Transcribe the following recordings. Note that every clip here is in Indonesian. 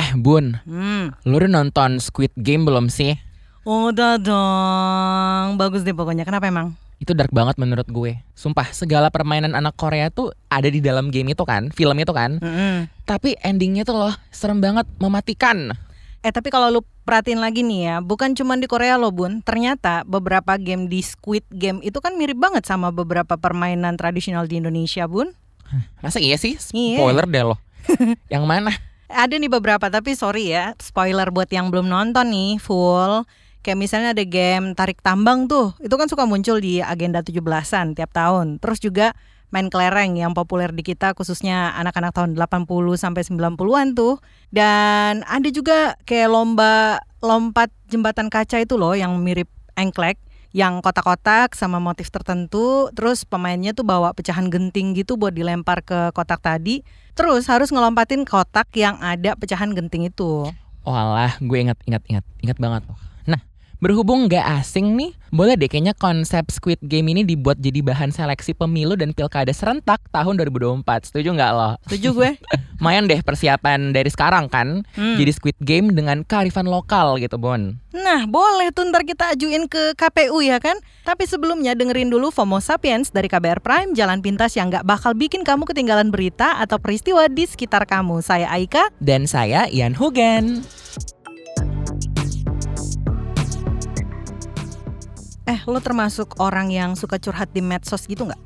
Bun, lu udah nonton Squid Game belum sih? Udah dong, bagus deh pokoknya. Kenapa emang? Itu dark banget menurut gue. Sumpah, segala permainan anak Korea tuh ada di dalam game itu kan, film itu kan. Tapi endingnya tuh loh, serem banget, mematikan. Tapi kalau lu perhatiin lagi nih ya, bukan cuma di Korea loh Bun. Ternyata beberapa game di Squid Game itu kan mirip banget sama beberapa permainan tradisional di Indonesia, Bun. Masa iya sih? Iya. Spoiler deh loh. Yang mana? Ada nih beberapa, tapi sorry ya, spoiler buat yang belum nonton nih full. Kayak misalnya ada game tarik tambang tuh, itu kan suka muncul di agenda 17-an tiap tahun. Terus juga main kelereng yang populer di kita khususnya anak-anak tahun 80 sampai 90-an tuh. Dan ada juga kayak lomba lompat jembatan kaca itu loh yang mirip engklek, yang kotak-kotak sama motif tertentu. Terus pemainnya tuh bawa pecahan genting gitu buat dilempar ke kotak tadi. Terus harus ngelompatin kotak yang ada pecahan genting itu. Oh alah, gue ingat banget loh. Nah, berhubung gak asing nih, boleh deh kayaknya konsep Squid Game ini dibuat jadi bahan seleksi pemilu dan pilkada serentak tahun 2024. Setuju gak lo? Setuju gue. Lumayan deh persiapan dari sekarang kan. Jadi Squid Game dengan kearifan lokal gitu, Bon. Nah, boleh tuh ntar kita ajuin ke KPU ya kan? Tapi sebelumnya dengerin dulu FOMO Sapiens dari KBR Prime, jalan pintas yang gak bakal bikin kamu ketinggalan berita atau peristiwa di sekitar kamu. Saya Aika. Dan saya Ian Hugen. Lo termasuk orang yang suka curhat di medsos gitu gak?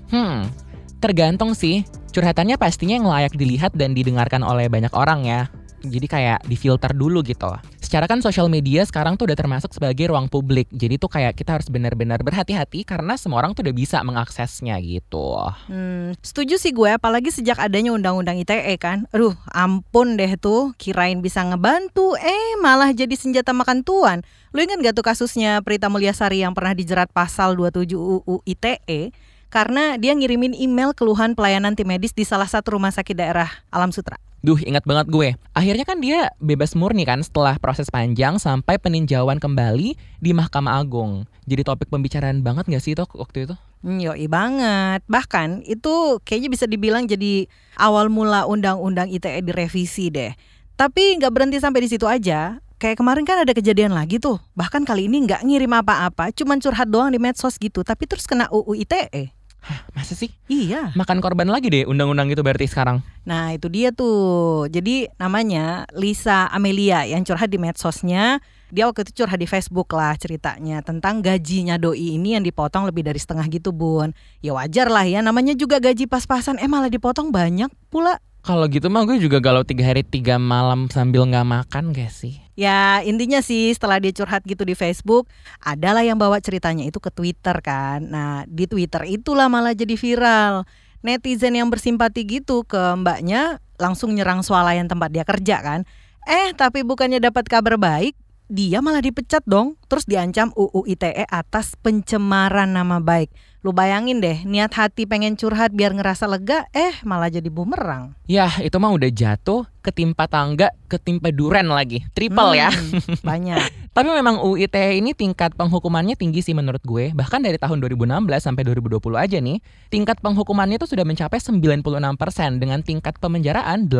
Tergantung sih. Curhatannya pastinya yang layak dilihat dan didengarkan oleh banyak orang ya. Jadi kayak difilter dulu gitu. Secara kan sosial media sekarang tuh udah termasuk sebagai ruang publik. Jadi tuh kayak kita harus benar-benar berhati-hati karena semua orang tuh udah bisa mengaksesnya gitu. Setuju sih gue, apalagi sejak adanya undang-undang ITE kan. Aduh, ampun deh tuh, kirain bisa ngebantu, malah jadi senjata makan tuan. Lu ingat gak tuh kasusnya Prita Mulyasari yang pernah dijerat pasal 27 UU ITE karena dia ngirimin email keluhan pelayanan tim medis di salah satu rumah sakit daerah Alam Sutra. Duh, ingat banget gue. Akhirnya kan dia bebas murni kan setelah proses panjang sampai peninjauan kembali di Mahkamah Agung. Jadi topik pembicaraan banget gak sih itu waktu itu? Yoi banget. Bahkan itu kayaknya bisa dibilang jadi awal mula undang-undang ITE direvisi deh. Tapi gak berhenti sampai di situ aja. Kayak kemarin kan ada kejadian lagi tuh. Bahkan kali ini gak ngirim apa-apa, cuman curhat doang di medsos gitu. Tapi terus kena UU ITE. Hah, masa sih? Iya. Makan korban lagi deh undang-undang itu berarti sekarang. Nah itu dia tuh. Jadi namanya Lisa Amelia yang curhat di medsosnya. Dia waktu itu curhat di Facebook lah ceritanya tentang gajinya doi ini yang dipotong lebih dari setengah gitu Bun. Ya wajar lah ya, namanya juga gaji pas-pasan malah dipotong banyak pula. Kalau gitu mah gue juga galau 3 hari 3 malam sambil gak makan gak sih? Ya intinya sih setelah dia curhat gitu di Facebook, adalah yang bawa ceritanya itu ke Twitter kan. Nah di Twitter itulah malah jadi viral. Netizen yang bersimpati gitu ke mbaknya langsung nyerang swalayan tempat dia kerja kan. Tapi bukannya dapat kabar baik, dia malah dipecat dong. Terus diancam UU ITE atas pencemaran nama baik. Lu bayangin deh, niat hati pengen curhat biar ngerasa lega, malah jadi bumerang. Yah, itu mah udah jatuh, ketimpa tangga, ketimpa duren lagi. Triple ya. Banyak. Tapi memang UU ITE ini tingkat penghukumannya tinggi sih menurut gue. Bahkan dari tahun 2016 sampai 2020 aja nih, tingkat penghukumannya tuh sudah mencapai 96% dengan tingkat pemenjaraan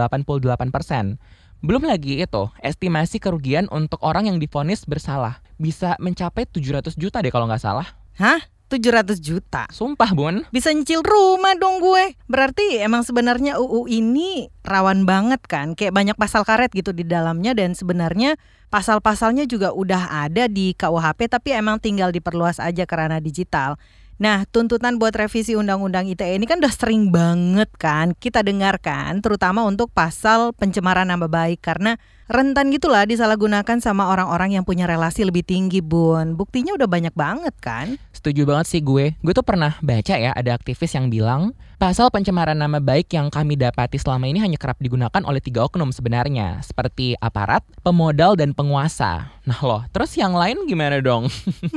88%. Belum lagi itu, estimasi kerugian untuk orang yang divonis bersalah bisa mencapai 700 juta deh kalau nggak salah. Hah? 700 juta? Sumpah Bun. Bisa nyicil rumah dong gue. Berarti emang sebenarnya UU ini rawan banget kan. Kayak banyak pasal karet gitu di dalamnya. Dan sebenarnya pasal-pasalnya juga udah ada di KUHP. Tapi emang tinggal diperluas aja karena digital. Nah, tuntutan buat revisi Undang-Undang ITE ini kan udah sering banget kan kita dengarkan, terutama untuk pasal pencemaran nama baik karena rentan gitulah disalahgunakan sama orang-orang yang punya relasi lebih tinggi, Bun. Buktinya udah banyak banget kan? Setuju banget sih gue. Gue tuh pernah baca ya ada aktivis yang bilang pasal pencemaran nama baik yang kami dapati selama ini hanya kerap digunakan oleh 3 oknum sebenarnya, seperti aparat, pemodal, dan penguasa. Nah loh, terus yang lain gimana dong?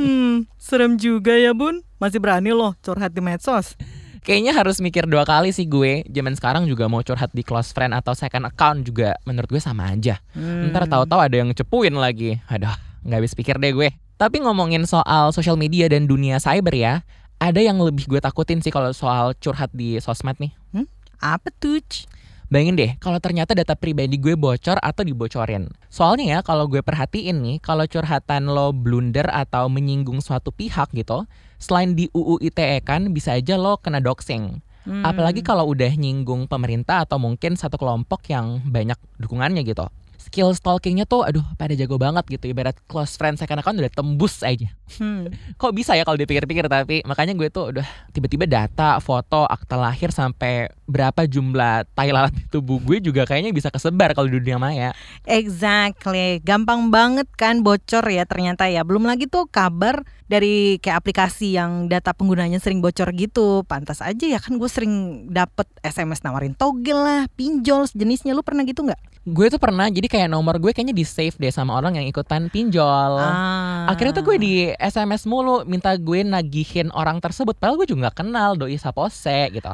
Serem juga ya Bun. Masih berani loh curhat di medsos. Kayaknya harus mikir 2 kali sih gue. Zaman sekarang juga mau curhat di close friend atau second account juga menurut gue sama aja. Ntar tahu-tahu ada yang cepuin lagi. Aduh, gak habis pikir deh gue. Tapi ngomongin soal social media dan dunia cyber ya, ada yang lebih gue takutin sih kalau soal curhat di sosmed nih. Apa tuh? Bayangin deh kalau ternyata data pribadi gue bocor atau dibocorin. Soalnya ya kalau gue perhatiin nih, kalau curhatan lo blunder atau menyinggung suatu pihak gitu, selain di UU ITE kan bisa aja lo kena doxing. Apalagi kalau udah nyinggung pemerintah atau mungkin satu kelompok yang banyak dukungannya gitu. Skill stalkingnya tuh aduh pada jago banget gitu. Ibarat close friend second account udah tembus aja. Kok bisa ya kalau dipikir-pikir, tapi makanya gue tuh udah tiba-tiba data, foto, akta lahir sampai berapa jumlah tai lalat di tubuh gue juga kayaknya bisa kesebar kalau di dunia maya. Exactly, gampang banget kan bocor ya ternyata ya. Belum lagi tuh kabar dari kayak aplikasi yang data penggunanya sering bocor gitu. Pantas aja ya kan gue sering dapet SMS nawarin togel lah, pinjol sejenisnya. Lu pernah gitu nggak? Gue tuh pernah, jadi kayak nomor gue kayaknya di save deh sama orang yang ikutan pinjol. Akhirnya tuh gue di SMS mulu minta gue nagihin orang tersebut, padahal gue juga gak kenal doi sapose gitu.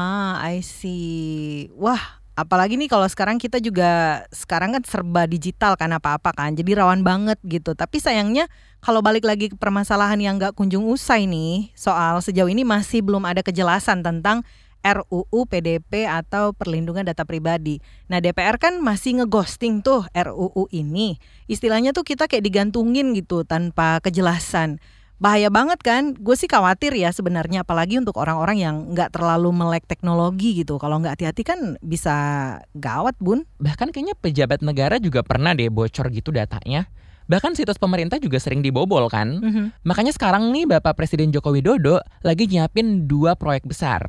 I see. Wah, apalagi nih kalau sekarang kita juga sekarang kan serba digital kan apa-apa kan, jadi rawan banget gitu. Tapi sayangnya kalau balik lagi ke permasalahan yang gak kunjung usai nih, soal sejauh ini masih belum ada kejelasan tentang RUU PDP atau perlindungan data pribadi. Nah DPR kan masih ngeghosting tuh RUU ini. Istilahnya tuh kita kayak digantungin gitu tanpa kejelasan. Bahaya banget kan? Gue sih khawatir ya sebenarnya, apalagi untuk orang-orang yang nggak terlalu melek teknologi gitu. Kalau nggak hati-hati kan bisa gawat, Bun. Bahkan kayaknya pejabat negara juga pernah deh bocor gitu datanya. Bahkan situs pemerintah juga sering dibobol kan. Makanya sekarang nih Bapak Presiden Joko Widodo lagi nyiapin 2 proyek besar.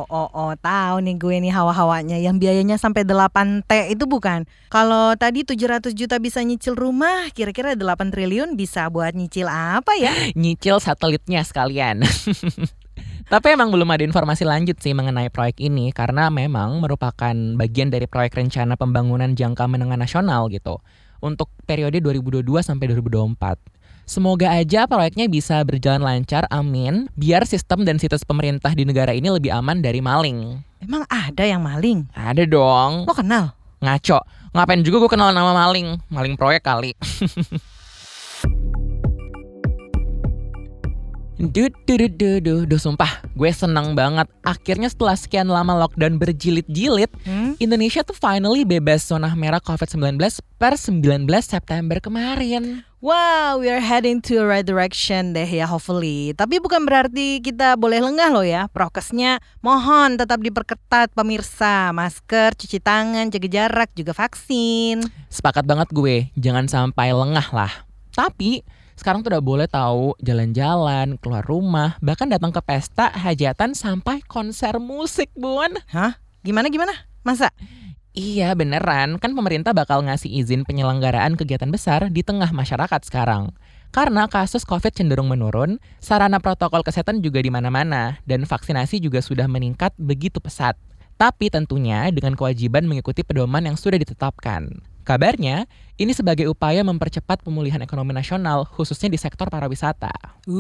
Tahu nih gue nih hawa-hawanya yang biayanya sampai 8T itu bukan. Kalau tadi 700 juta bisa nyicil rumah, kira-kira 8 triliun bisa buat nyicil apa ya? Nyicil satelitnya sekalian. Tapi emang belum ada informasi lanjut sih mengenai proyek ini karena memang merupakan bagian dari proyek rencana pembangunan jangka menengah nasional gitu untuk periode 2022 sampai 2024. Semoga aja proyeknya bisa berjalan lancar, amin, biar sistem dan situs pemerintah di negara ini lebih aman dari maling. Emang ada yang maling? Ada dong. Lo kenal? Ngaco. Ngapain juga gue kenal nama maling? Maling proyek kali. Duh, sumpah gue seneng banget. Akhirnya setelah sekian lama lockdown berjilid-jilid, Indonesia tuh finally bebas zona merah COVID-19 per 19 September kemarin. Wow, we are heading to the right direction deh ya hopefully. Tapi bukan berarti kita boleh lengah loh ya. Prokesnya mohon tetap diperketat pemirsa. Masker, cuci tangan, jaga jarak, juga vaksin. Sepakat banget gue, jangan sampai lengah lah. Tapi sekarang tuh udah boleh tahu jalan-jalan, keluar rumah, bahkan datang ke pesta, hajatan, sampai konser musik, Bun. Hah? Gimana? Masa? Iya beneran, kan pemerintah bakal ngasih izin penyelenggaraan kegiatan besar di tengah masyarakat sekarang. Karena kasus COVID cenderung menurun, sarana protokol kesehatan juga di mana-mana, dan vaksinasi juga sudah meningkat begitu pesat. Tapi tentunya dengan kewajiban mengikuti pedoman yang sudah ditetapkan. Kabarnya, ini sebagai upaya mempercepat pemulihan ekonomi nasional, khususnya di sektor pariwisata.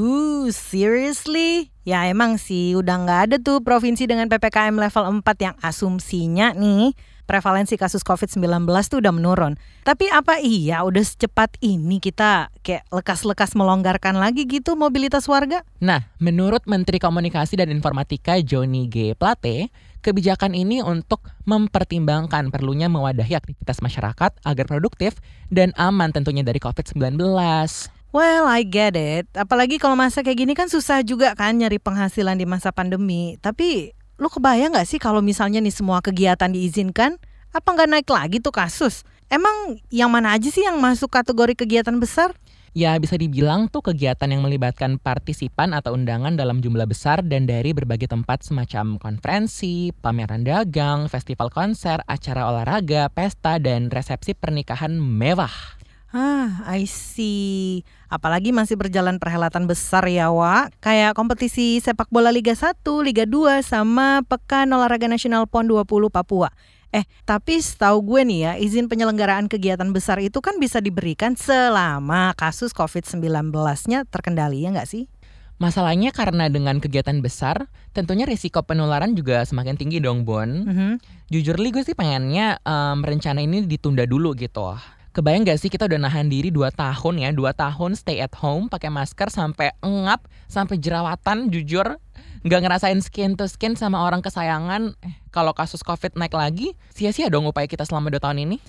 Seriously? Ya emang sih, udah nggak ada tuh provinsi dengan PPKM level 4 yang asumsinya nih, prevalensi kasus COVID-19 tuh udah menurun. Tapi apa iya udah secepat ini kita kayak lekas-lekas melonggarkan lagi gitu mobilitas warga? Nah, menurut Menteri Komunikasi dan Informatika Johnny G. Plate, kebijakan ini untuk mempertimbangkan perlunya mewadahi aktivitas masyarakat agar produktif dan aman tentunya dari COVID-19. Well, I get it. Apalagi kalau masa kayak gini kan susah juga kan nyari penghasilan di masa pandemi. Tapi lu kebayang gak sih kalau misalnya nih semua kegiatan diizinkan, apa gak naik lagi tuh kasus? Emang yang mana aja sih yang masuk kategori kegiatan besar? Ya bisa dibilang tuh kegiatan yang melibatkan partisipan atau undangan dalam jumlah besar dan dari berbagai tempat semacam konferensi, pameran dagang, festival konser, acara olahraga, pesta, dan resepsi pernikahan mewah. I see. Apalagi masih berjalan perhelatan besar ya, Wak. Kayak kompetisi sepak bola Liga 1, Liga 2, sama Pekan Olahraga Nasional PON 20 Papua. Tapi setahu gue nih ya, izin penyelenggaraan kegiatan besar itu kan bisa diberikan selama kasus COVID-19-nya terkendali, ya nggak sih? Masalahnya karena dengan kegiatan besar, tentunya risiko penularan juga semakin tinggi dong, Bon. Jujur li gue sih pengennya rencana ini ditunda dulu gitu. Kebayang gak sih kita udah nahan diri 2 tahun ya, 2 tahun stay at home pakai masker sampai engap, sampai jerawatan, jujur nggak ngerasain skin to skin sama orang kesayangan. Kalau kasus COVID naik lagi, sia-sia dong upaya kita selama 2 tahun ini.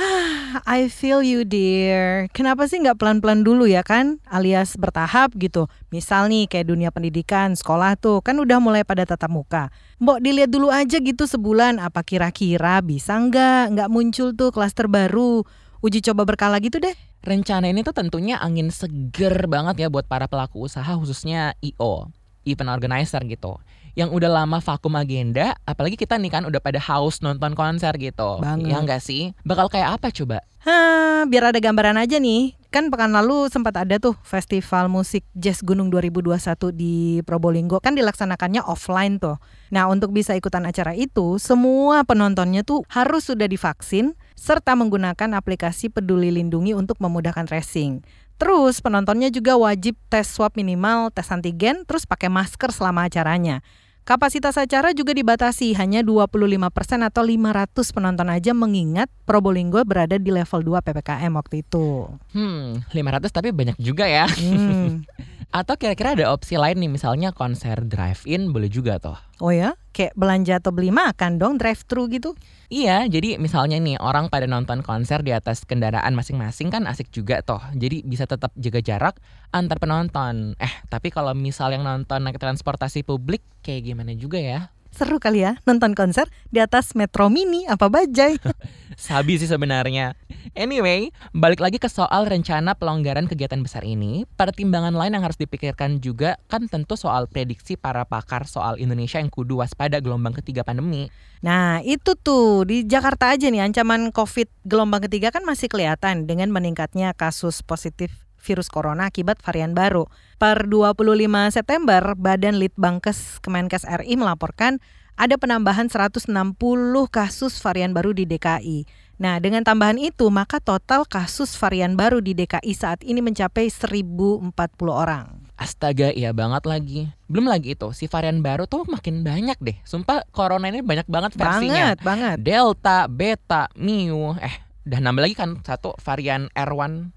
I feel you dear. Kenapa sih nggak pelan-pelan dulu ya kan? Alias bertahap gitu. Misal nih kayak dunia pendidikan, sekolah tuh kan udah mulai pada tatap muka. Mbok dilihat dulu aja gitu sebulan. Apa kira-kira bisa nggak muncul tuh klaster baru. Uji coba berkala gitu deh. Rencana ini tuh tentunya angin seger banget ya buat para pelaku usaha, khususnya IO, event organizer gitu, yang udah lama vakum agenda. Apalagi kita nih kan udah pada haus nonton konser gitu. Banget. Ya nggak sih? Bakal kayak apa coba? Biar ada gambaran aja nih. Kan pekan lalu sempat ada tuh Festival Musik Jazz Gunung 2021 di Probolinggo. Kan dilaksanakannya offline tuh. Nah, untuk bisa ikutan acara itu, semua penontonnya tuh harus sudah divaksin serta menggunakan aplikasi Peduli Lindungi untuk memudahkan tracing. Terus penontonnya juga wajib tes swab minimal, tes antigen, terus pakai masker selama acaranya. Kapasitas acara juga dibatasi, hanya 25% atau 500 penonton aja, mengingat Probolinggo berada di level 2 PPKM waktu itu. 500 tapi banyak juga ya. Atau kira-kira ada opsi lain nih, misalnya konser drive-in boleh juga toh. Oh ya? Kayak belanja atau beli makan dong, drive-thru gitu? Iya, jadi misalnya nih orang pada nonton konser di atas kendaraan masing-masing kan asik juga toh. Jadi bisa tetap jaga jarak antar penonton. Tapi kalau misal yang nonton naik transportasi publik kayak gimana juga ya? Seru kali ya nonton konser di atas Metro Mini apa bajai. Sabi sih sebenarnya. Anyway, balik lagi ke soal rencana pelonggaran kegiatan besar ini. Pertimbangan lain yang harus dipikirkan juga kan tentu soal prediksi para pakar soal Indonesia yang kudu waspada gelombang ketiga pandemi. Nah itu tuh di Jakarta aja nih ancaman COVID gelombang ketiga kan masih kelihatan dengan meningkatnya kasus positif virus corona akibat varian baru. Per 25 September, Badan Litbangkes Kemenkes RI melaporkan ada penambahan 160 kasus varian baru di DKI. Nah, dengan tambahan itu, maka total kasus varian baru di DKI saat ini mencapai 1.040 orang. Astaga, iya banget lagi. Belum lagi itu, si varian baru tuh makin banyak deh. Sumpah, corona ini banyak banget versinya. Banget. Delta, Beta, Mu, udah nambah lagi kan satu varian R1.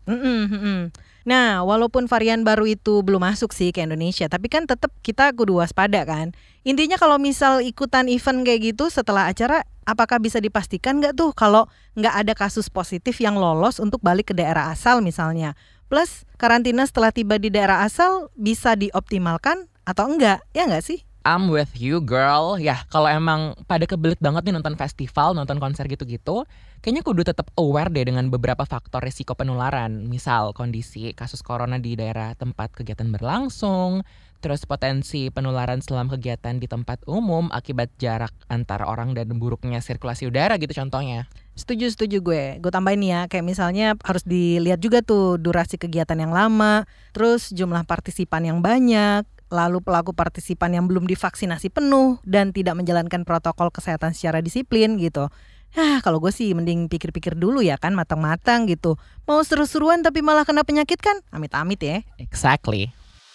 Nah, walaupun varian baru itu belum masuk sih ke Indonesia, tapi kan tetap kita kudu waspada kan. Intinya kalau misal ikutan event kayak gitu setelah acara, apakah bisa dipastikan nggak tuh kalau nggak ada kasus positif yang lolos untuk balik ke daerah asal misalnya. Plus, karantina setelah tiba di daerah asal bisa dioptimalkan atau enggak, ya nggak sih? I'm with you girl. Ya, kalau emang pada kebelet banget nih nonton festival, nonton konser gitu-gitu, kayaknya kudu tetap aware deh dengan beberapa faktor risiko penularan. Misal kondisi kasus corona di daerah tempat kegiatan berlangsung, terus potensi penularan selama kegiatan di tempat umum akibat jarak antara orang dan buruknya sirkulasi udara gitu contohnya. Setuju gue tambahin ya, kayak misalnya harus dilihat juga tuh durasi kegiatan yang lama, terus jumlah partisipan yang banyak, lalu pelaku partisipan yang belum divaksinasi penuh dan tidak menjalankan protokol kesehatan secara disiplin gitu. Kalau gue sih mending pikir-pikir dulu ya kan, matang-matang gitu. Mau seru-seruan tapi malah kena penyakit kan, amit-amit ya. Exactly.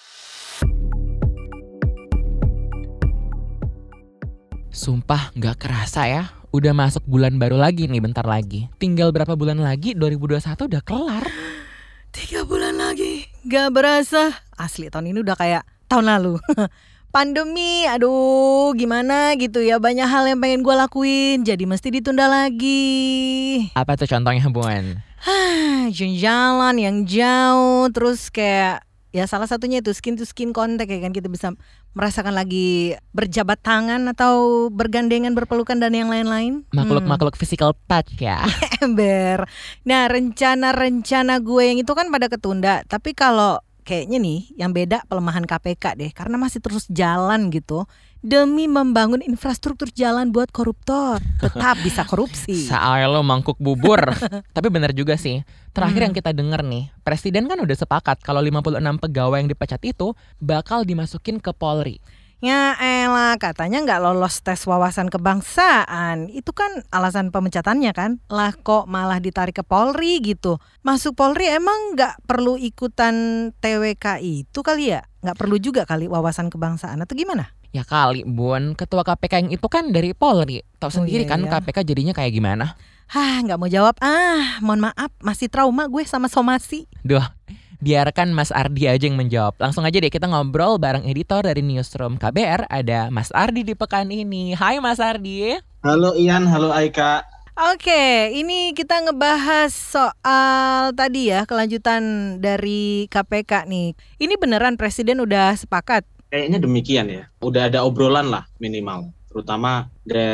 Sumpah gak kerasa ya, udah masuk bulan baru lagi nih bentar lagi. Tinggal berapa bulan lagi 2021 udah kelar. 3 bulan lagi, gak berasa. Asli tahun ini udah kayak tahun lalu. Pandemi, aduh gimana gitu ya, banyak hal yang pengen gue lakuin jadi mesti ditunda lagi. Apa tuh contohnya Buan? Jalan yang jauh, terus kayak ya salah satunya itu skin to skin contact ya kan, kita bisa merasakan lagi berjabat tangan atau bergandengan, berpelukan dan yang lain-lain. Makhluk-makhluk physical touch ya. Ember. Nah rencana-rencana gue yang itu kan pada ketunda, tapi kalau kayaknya nih yang beda pelemahan KPK deh, karena masih terus jalan gitu demi membangun infrastruktur jalan buat koruptor tetap bisa korupsi. Soalnya lo mangkuk bubur. Tapi benar juga sih. Terakhir yang kita dengar nih, Presiden kan udah sepakat kalau 56 pegawai yang dipecat itu bakal dimasukin ke Polri. Ya elah, katanya nggak lolos tes wawasan kebangsaan. Itu kan alasan pemecatannya kan. Lah kok malah ditarik ke Polri gitu. Masuk Polri emang nggak perlu ikutan TWK itu kali ya? Nggak perlu juga kali wawasan kebangsaan atau gimana? Ya kali Bun, ketua KPK yang itu kan dari Polri. Tahu sendiri iya. KPK jadinya kayak gimana? Nggak mau jawab. Mohon maaf, masih trauma gue sama somasi. Duh, biarkan Mas Ardi aja yang menjawab. Langsung aja deh kita ngobrol bareng editor dari Newsroom KBR. Ada Mas Ardi di pekan ini. Hai Mas Ardi. Halo Ian, halo Aika. Oke, ini kita ngebahas soal tadi ya, kelanjutan dari KPK nih. Ini beneran Presiden udah sepakat? Kayaknya demikian ya. Udah ada obrolan lah minimal. Terutama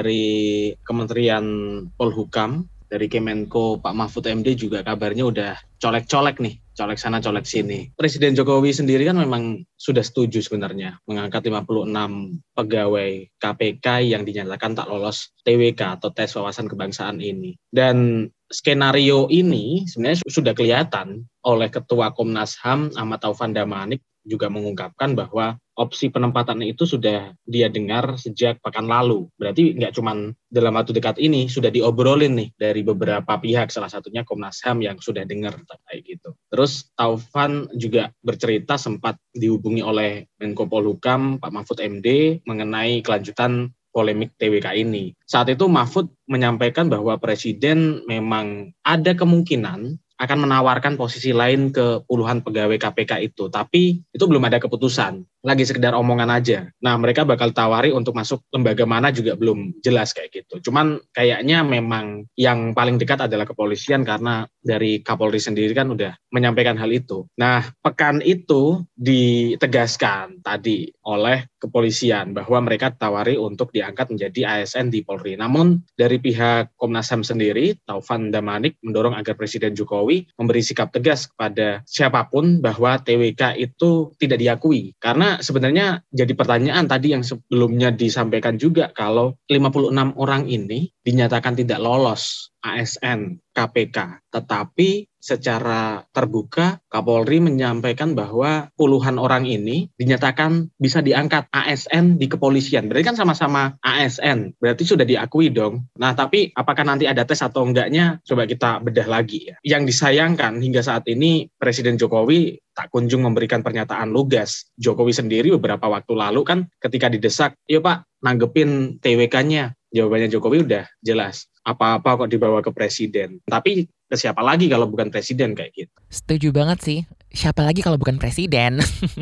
dari Kementerian Polhukam, dari Kemenko Pak Mahfud MD juga kabarnya udah colek-colek nih. Colek sana, colek sini. Presiden Jokowi sendiri kan memang sudah setuju sebenarnya mengangkat 56 pegawai KPK yang dinyatakan tak lolos TWK atau tes wawasan kebangsaan ini. Dan skenario ini sebenarnya sudah kelihatan oleh Ketua Komnas HAM Ahmad Taufan Damanik juga mengungkapkan bahwa opsi penempatan itu sudah dia dengar sejak pekan lalu. Berarti nggak cuma dalam waktu dekat ini, sudah diobrolin nih dari beberapa pihak, salah satunya Komnas HAM yang sudah dengar kayak gitu. Terus Taufan juga bercerita sempat dihubungi oleh Menko Polhukam Pak Mahfud MD mengenai kelanjutan polemik TWK ini. Saat itu Mahfud menyampaikan bahwa Presiden memang ada kemungkinan akan menawarkan posisi lain ke puluhan pegawai KPK itu. Tapi itu belum ada keputusan. Lagi sekedar omongan aja. Nah, mereka bakal tawari untuk masuk lembaga mana juga belum jelas kayak gitu. Cuman kayaknya memang yang paling dekat adalah kepolisian karena dari Kapolri sendiri kan udah menyampaikan hal itu. Nah, pekan itu ditegaskan tadi oleh kepolisian bahwa mereka tawari untuk diangkat menjadi ASN di Polri. Namun dari pihak Komnas HAM sendiri, Taufan Damanik mendorong agar Presiden Jokowi memberi sikap tegas kepada siapapun bahwa TWK itu tidak diakui. Karena sebenarnya jadi pertanyaan tadi yang sebelumnya disampaikan juga kalau 56 orang ini dinyatakan tidak lolos ASN KPK. Tetapi secara terbuka Kapolri menyampaikan bahwa puluhan orang ini dinyatakan bisa diangkat ASN di kepolisian. Berarti kan sama-sama ASN, berarti sudah diakui dong. Nah, tapi apakah nanti ada tes atau enggaknya, coba kita bedah lagi ya. Yang disayangkan hingga saat ini Presiden Jokowi tak kunjung memberikan pernyataan lugas. Jokowi sendiri beberapa waktu lalu kan ketika didesak, "Iya Pak, nanggepin TWK-nya." Jawabannya Jokowi udah jelas. Apa-apa kok dibawa ke presiden. Tapi ke siapa lagi kalau bukan presiden kayak gitu. Setuju banget sih. Siapa lagi kalau bukan presiden?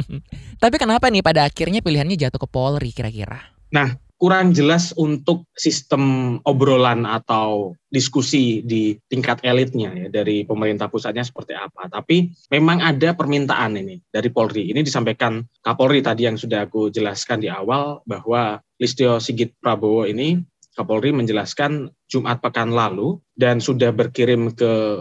Tapi kenapa nih pada akhirnya pilihannya jatuh ke Polri kira-kira? Nah, kurang jelas untuk sistem obrolan atau diskusi di tingkat elitnya ya dari pemerintah pusatnya seperti apa. Tapi memang ada permintaan ini dari Polri. Ini disampaikan Kapolri tadi yang sudah aku jelaskan di awal bahwa Listio Sigit Prabowo ini Kapolri menjelaskan Jumat pekan lalu dan sudah berkirim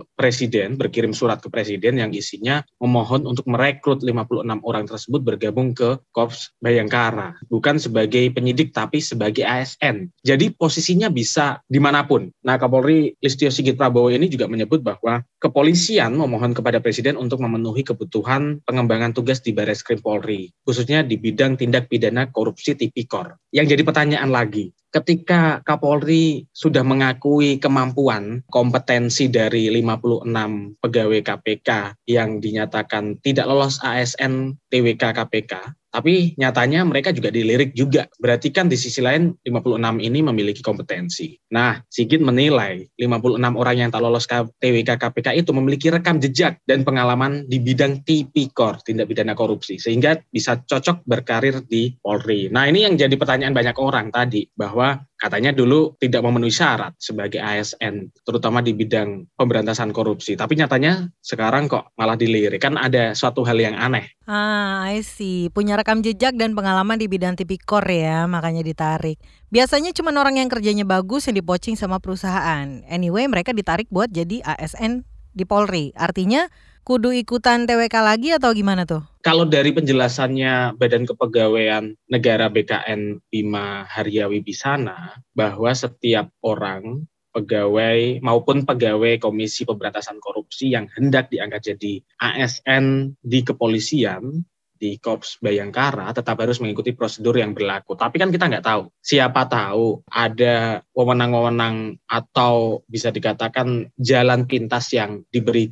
surat ke Presiden yang isinya memohon untuk merekrut 56 orang tersebut bergabung ke Korps Bayangkara. Bukan sebagai penyidik tapi sebagai ASN. Jadi posisinya bisa dimanapun. Nah, Kapolri Listio Sigit Prabowo ini juga menyebut bahwa kepolisian memohon kepada Presiden untuk memenuhi kebutuhan pengembangan tugas di Bareskrim Polri, khususnya di bidang tindak pidana korupsi tipikor. Yang jadi pertanyaan lagi, ketika Kapolri sudah mengakui kemampuan, kompetensi dari 56 pegawai KPK yang dinyatakan tidak lolos ASN TWK KPK, tapi nyatanya mereka juga dilirik juga. Berarti kan di sisi lain 56 ini memiliki kompetensi. Nah, Sigit menilai 56 orang yang tak lolos TWK KPK itu memiliki rekam jejak dan pengalaman di bidang tipikor, tindak pidana korupsi, sehingga bisa cocok berkarir di Polri. Nah, ini yang jadi pertanyaan banyak orang tadi, bahwa katanya dulu tidak memenuhi syarat sebagai ASN, terutama di bidang pemberantasan korupsi. Tapi nyatanya sekarang kok malah dilirik. Kan ada suatu hal yang aneh. I see. Punya rekam jejak dan pengalaman di bidang tipikor ya, makanya ditarik. Biasanya cuma orang yang kerjanya bagus yang dipocing sama perusahaan. Anyway, mereka ditarik buat jadi ASN di Polri. Artinya kudu ikutan TWK lagi atau gimana tuh? Kalau dari penjelasannya Badan Kepegawaian Negara BKN Bima Haryawibisana, bahwa setiap orang pegawai maupun pegawai Komisi Pemberantasan Korupsi yang hendak diangkat jadi ASN di kepolisian, di Korps Bayangkara, tetap harus mengikuti prosedur yang berlaku. Tapi kan kita nggak tahu. Siapa tahu ada wewenang-wewenang atau bisa dikatakan jalan pintas yang diberikan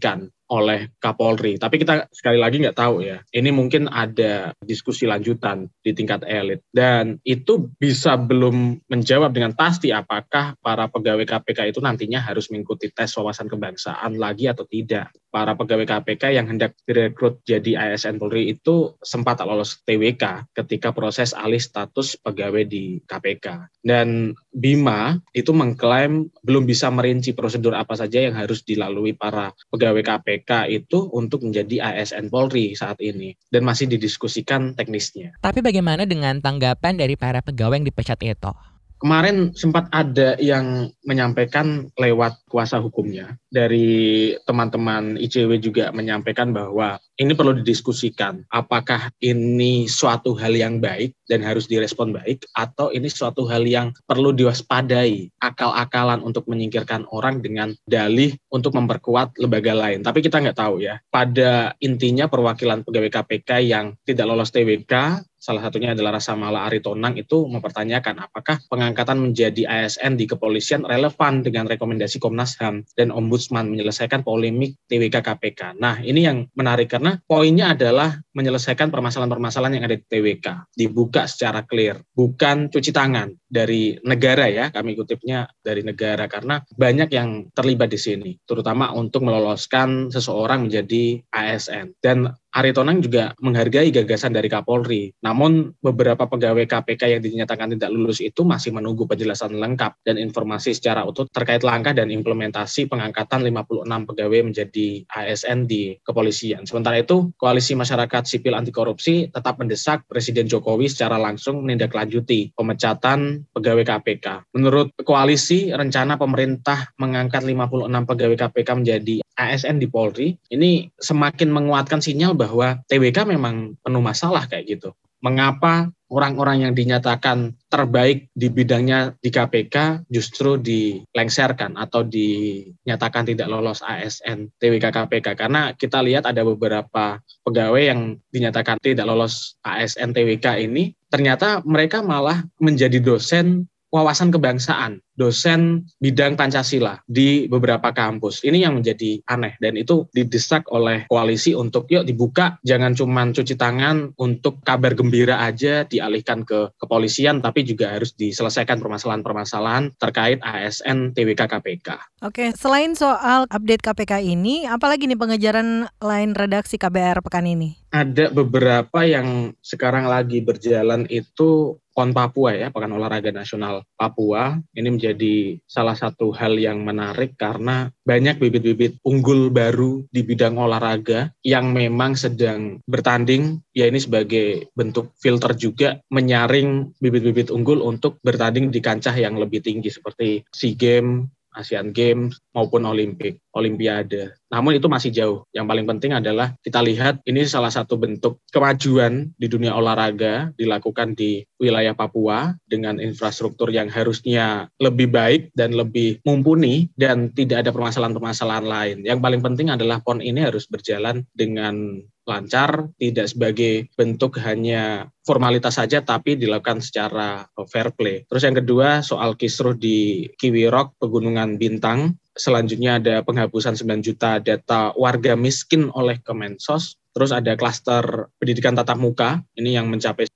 oleh Kapolri. Tapi kita sekali lagi nggak tahu ya. Ini mungkin ada diskusi lanjutan di tingkat elit. Dan itu bisa belum menjawab dengan pasti apakah para pegawai KPK itu nantinya harus mengikuti tes wawasan kebangsaan lagi atau tidak. Para pegawai KPK yang hendak direkrut jadi ASN Polri itu sempat lolos TWK ketika proses alih status pegawai di KPK. Dan Bima itu mengklaim belum bisa merinci prosedur apa saja yang harus dilalui para pegawai KPK itu untuk menjadi ASN Polri saat ini. Dan masih didiskusikan teknisnya. Tapi bagaimana dengan tanggapan dari para pegawai yang dipecat itu? Kemarin sempat ada yang menyampaikan lewat kuasa hukumnya. Dari teman-teman ICW juga menyampaikan bahwa ini perlu didiskusikan. Apakah ini suatu hal yang baik dan harus direspon baik, atau ini suatu hal yang perlu diwaspadai, akal-akalan untuk menyingkirkan orang dengan dalih untuk memperkuat lembaga lain. Tapi kita nggak tahu ya. Pada intinya perwakilan pegawai KPK yang tidak lolos TWK, salah satunya adalah Rasa Mala Aritonang, itu mempertanyakan apakah pengangkatan menjadi ASN di kepolisian relevan dengan rekomendasi Komnas HAM dan Ombudsman menyelesaikan polemik TWK KPK. Nah, ini yang menarik karena poinnya adalah menyelesaikan permasalahan-permasalahan yang ada di TWK. Dibuka secara clear, bukan cuci tangan dari negara ya, kami kutipnya dari negara karena banyak yang terlibat di sini, terutama untuk meloloskan seseorang menjadi ASN. Dan Aritonang juga menghargai gagasan dari Kapolri. Namun beberapa pegawai KPK yang dinyatakan tidak lulus itu masih menunggu penjelasan lengkap dan informasi secara utuh terkait langkah dan implementasi pengangkatan 56 pegawai menjadi ASN di kepolisian. Sementara itu, Koalisi Masyarakat Sipil Anti Korupsi tetap mendesak Presiden Jokowi secara langsung menindaklanjuti pemecatan pegawai KPK. Menurut koalisi, rencana pemerintah mengangkat 56 pegawai KPK menjadi ASN di Polri ini semakin menguatkan sinyal bahwa TWK memang penuh masalah kayak gitu. Mengapa orang-orang yang dinyatakan terbaik di bidangnya di KPK justru dilengsarkan atau dinyatakan tidak lolos ASN TWK KPK? Karena kita lihat ada beberapa pegawai yang dinyatakan tidak lolos ASN TWK ini, ternyata mereka malah menjadi dosen wawasan kebangsaan, dosen bidang Pancasila di beberapa kampus. Ini yang menjadi aneh dan itu didesak oleh koalisi untuk yuk dibuka, jangan cuma cuci tangan untuk kabar gembira aja dialihkan ke kepolisian, tapi juga harus diselesaikan permasalahan-permasalahan terkait ASN TWK KPK. Oke, selain soal update KPK ini, apalagi nih pengejaran lain redaksi KBR pekan ini? Ada beberapa yang sekarang lagi berjalan itu PON Papua ya, Pekan Olahraga Nasional Papua. Ini menjadi salah satu hal yang menarik karena banyak bibit-bibit unggul baru di bidang olahraga yang memang sedang bertanding. Ya ini sebagai bentuk filter juga menyaring bibit-bibit unggul untuk bertanding di kancah yang lebih tinggi seperti SEA Games, Asian Games maupun Olimpiade. Namun itu masih jauh. Yang paling penting adalah kita lihat ini salah satu bentuk kemajuan di dunia olahraga dilakukan di wilayah Papua dengan infrastruktur yang harusnya lebih baik dan lebih mumpuni dan tidak ada permasalahan-permasalahan lain. Yang paling penting adalah PON ini harus berjalan dengan lancar, tidak sebagai bentuk hanya formalitas saja, tapi dilakukan secara fair play. Terus yang kedua, soal kisruh di Kiwirok, Pegunungan Bintang. Selanjutnya ada penghapusan 9 juta data warga miskin oleh Kemensos. Terus ada klaster pendidikan tatap muka, ini yang mencapai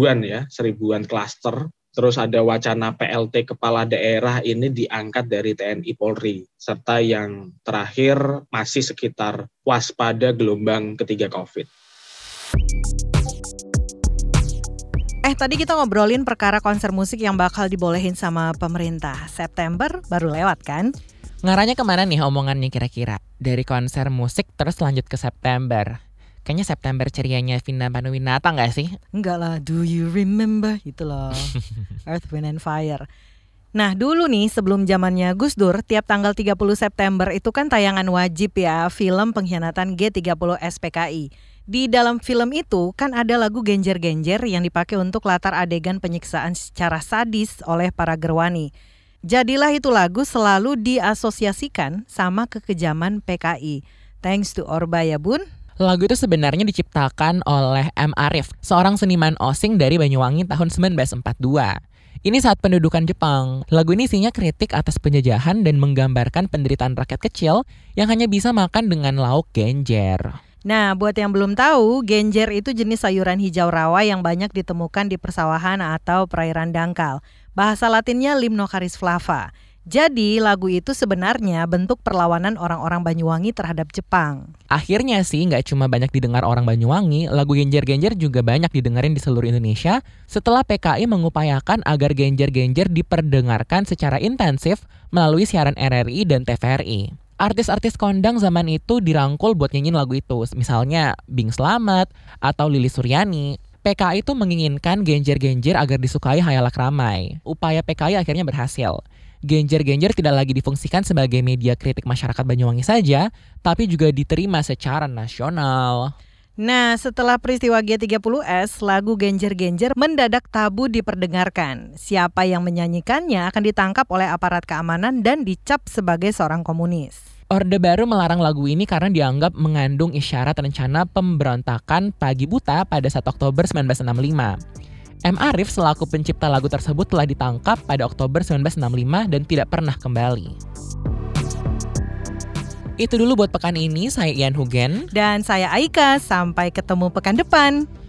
1.000-an klaster. Terus ada wacana PLT kepala daerah ini diangkat dari TNI Polri. Serta yang terakhir masih sekitar waspada gelombang ketiga COVID. Tadi kita ngobrolin perkara konser musik yang bakal dibolehin sama pemerintah. September baru lewat kan? Ngarahnya kemana nih omongannya kira-kira? Dari konser musik terus lanjut ke September. Kayaknya September cerianya Vina Panduwinata gak sih? Enggak lah, do you remember? Gitu loh, Earth, Wind and Fire. Nah dulu nih sebelum zamannya Gus Dur, tiap tanggal 30 September itu kan tayangan wajib ya film Pengkhianatan G30 SPKI. Di dalam film itu kan ada lagu Genjer-Genjer yang dipakai untuk latar adegan penyiksaan secara sadis oleh para gerwani. Jadilah itu lagu selalu diasosiasikan sama kekejaman PKI. Thanks to Orba ya bun. Lagu itu sebenarnya diciptakan oleh M. Arif, seorang seniman Osing dari Banyuwangi tahun 1942. Ini saat pendudukan Jepang. Lagu ini isinya kritik atas penjajahan dan menggambarkan penderitaan rakyat kecil yang hanya bisa makan dengan lauk genjer. Nah, buat yang belum tahu, genjer itu jenis sayuran hijau rawa yang banyak ditemukan di persawahan atau perairan dangkal. Bahasa Latinnya Limnocharis flava. Jadi, lagu itu sebenarnya bentuk perlawanan orang-orang Banyuwangi terhadap Jepang. Akhirnya sih nggak cuma banyak didengar orang Banyuwangi, lagu genjer-genjer juga banyak didengarin di seluruh Indonesia setelah PKI mengupayakan agar genjer-genjer diperdengarkan secara intensif melalui siaran RRI dan TVRI. Artis-artis kondang zaman itu dirangkul buat nyanyiin lagu itu, misalnya Bing Slamet atau Lilis Suryani. PKI itu menginginkan genjer-genjer agar disukai khalayak ramai. Upaya PKI akhirnya berhasil. Genjer-genjer tidak lagi difungsikan sebagai media kritik masyarakat Banyuwangi saja, tapi juga diterima secara nasional. Nah, setelah peristiwa G30S, lagu genjer-genjer mendadak tabu diperdengarkan. Siapa yang menyanyikannya akan ditangkap oleh aparat keamanan dan dicap sebagai seorang komunis. Orde Baru melarang lagu ini karena dianggap mengandung isyarat rencana pemberontakan Pagi Buta pada 1 Oktober 1965. M. Arif selaku pencipta lagu tersebut telah ditangkap pada Oktober 1965 dan tidak pernah kembali. Itu dulu buat pekan ini, saya Ian Hugen. Dan saya Aika, sampai ketemu pekan depan.